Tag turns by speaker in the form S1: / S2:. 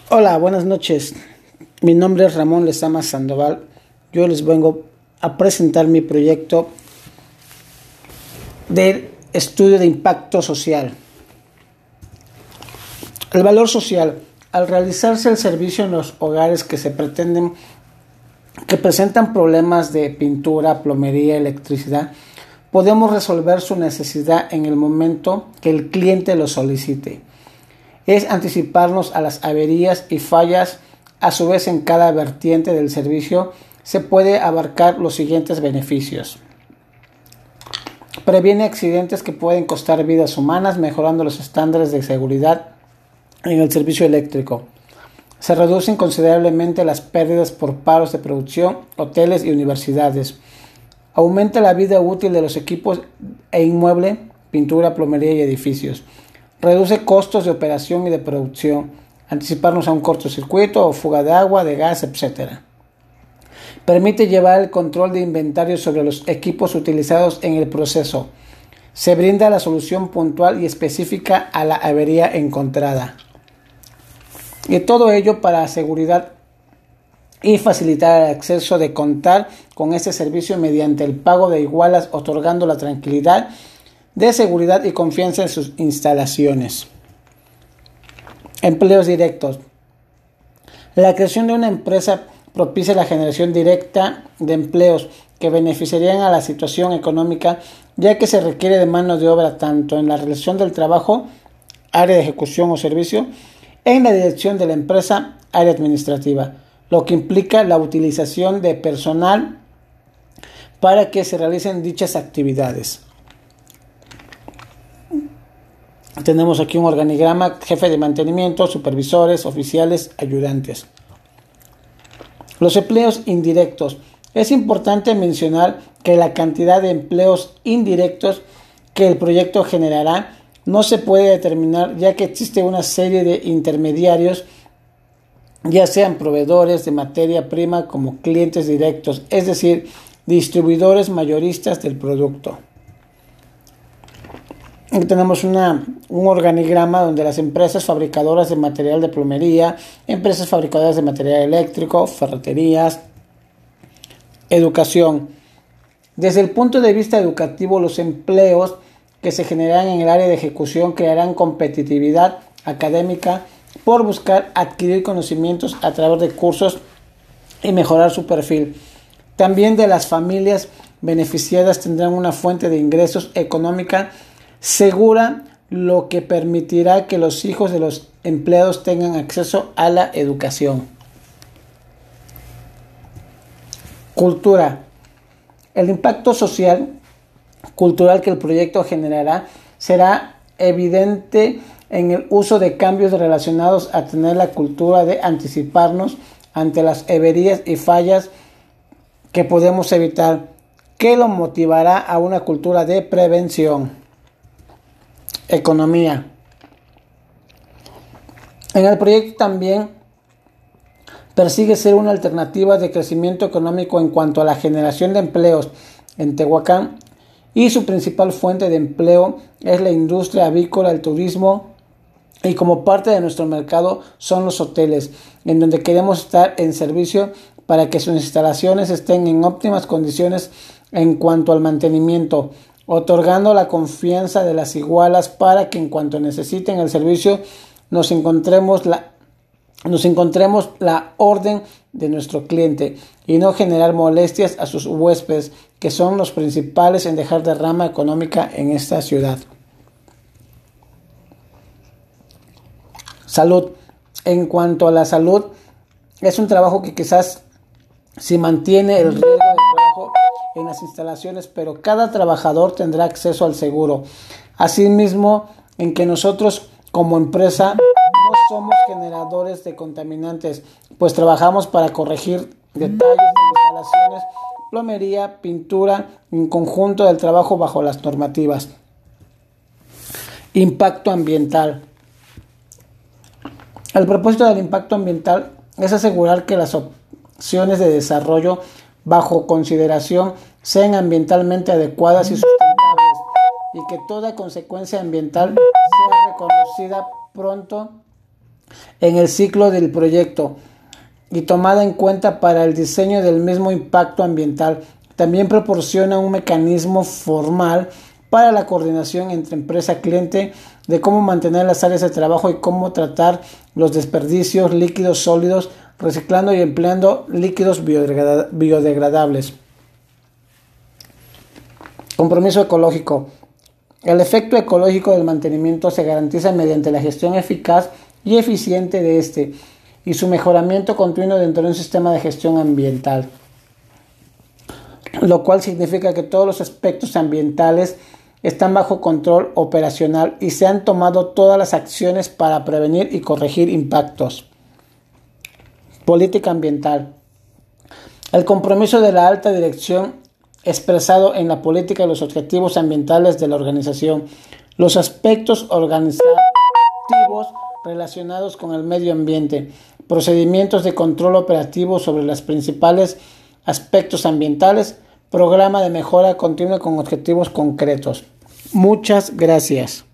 S1: Hola, buenas noches. Mi nombre es Ramón Lezama Sandoval. Yo les vengo a presentar mi proyecto de estudio de impacto social. El valor social. Al realizarse el servicio en los hogares que presentan problemas de pintura, plomería, electricidad, podemos resolver su necesidad en el momento que el cliente lo solicite. Es anticiparnos a las averías y fallas. A su vez, en cada vertiente del servicio se puede abarcar los siguientes beneficios. Previene accidentes que pueden costar vidas humanas, mejorando los estándares de seguridad en el servicio eléctrico. Se reducen considerablemente las pérdidas por paros de producción, hoteles y universidades. Aumenta la vida útil de los equipos e inmueble, pintura, plomería y edificios. Reduce costos de operación y de producción, anticiparnos a un cortocircuito o fuga de agua, de gas, etc. Permite llevar el control de inventario sobre los equipos utilizados en el proceso. Se brinda la solución puntual y específica a la avería encontrada. Y todo ello para seguridad y facilitar el acceso de contar con este servicio mediante el pago de igualas, otorgando la tranquilidad de seguridad y confianza en sus instalaciones. Empleos directos. La creación de una empresa propicia la generación directa de empleos que beneficiarían a la situación económica, ya que se requiere de mano de obra tanto en la realización del trabajo, área de ejecución o servicio, en la dirección de la empresa, área administrativa, lo que implica la utilización de personal para que se realicen dichas actividades. Tenemos aquí un organigrama: jefe de mantenimiento, supervisores, oficiales, ayudantes. Los empleos indirectos. Es importante mencionar que la cantidad de empleos indirectos que el proyecto generará no se puede determinar, ya que existe una serie de intermediarios, ya sean proveedores de materia prima como clientes directos, es decir, distribuidores mayoristas del producto. Aquí tenemos un organigrama donde las empresas fabricadoras de material de plomería, empresas fabricadoras de material eléctrico, ferreterías, educación. Desde el punto de vista educativo, los empleos que se generarán en el área de ejecución crearán competitividad académica por buscar adquirir conocimientos a través de cursos y mejorar su perfil. También de las familias beneficiadas tendrán una fuente de ingresos económica segura, lo que permitirá que los hijos de los empleados tengan acceso a la educación. Cultura. El impacto social, cultural que el proyecto generará será evidente en el uso de cambios relacionados a tener la cultura de anticiparnos ante las averías y fallas que podemos evitar, que lo motivará a una cultura de prevención. Economía. En el proyecto también persigue ser una alternativa de crecimiento económico en cuanto a la generación de empleos en Tehuacán, y su principal fuente de empleo es la industria avícola, el turismo, y como parte de nuestro mercado son los hoteles, en donde queremos estar en servicio para que sus instalaciones estén en óptimas condiciones en cuanto al mantenimiento, otorgando la confianza de las igualas para que en cuanto necesiten el servicio nos encontremos la orden de nuestro cliente y no generar molestias a sus huéspedes, que son los principales en dejar derrama económica en esta ciudad. Salud. En cuanto a la salud, es un trabajo que quizás si mantiene el riesgo de trabajo en las instalaciones, pero cada trabajador tendrá acceso al seguro. Asimismo, en que nosotros como empresa no somos generadores de contaminantes, pues trabajamos para corregir detalles de instalaciones, plomería, pintura, en conjunto del trabajo bajo las normativas. Impacto ambiental. El propósito del impacto ambiental es asegurar que las opciones de desarrollo bajo consideración sean ambientalmente adecuadas y sustentables, y que toda consecuencia ambiental sea reconocida pronto en el ciclo del proyecto y tomada en cuenta para el diseño del mismo impacto ambiental. También proporciona un mecanismo formal para la coordinación entre empresa-cliente de cómo mantener las áreas de trabajo y cómo tratar los desperdicios líquidos sólidos, reciclando y empleando líquidos biodegradables. Compromiso ecológico. El efecto ecológico del mantenimiento se garantiza mediante la gestión eficaz y eficiente de este y su mejoramiento continuo dentro de un sistema de gestión ambiental, lo cual significa que todos los aspectos ambientales están bajo control operacional y se han tomado todas las acciones para prevenir y corregir impactos. Política ambiental. El compromiso de la alta dirección expresado en la política y los objetivos ambientales de la organización, los aspectos organizativos relacionados con el medio ambiente, procedimientos de control operativo sobre los principales aspectos ambientales, programa de mejora continua con objetivos concretos. Muchas gracias.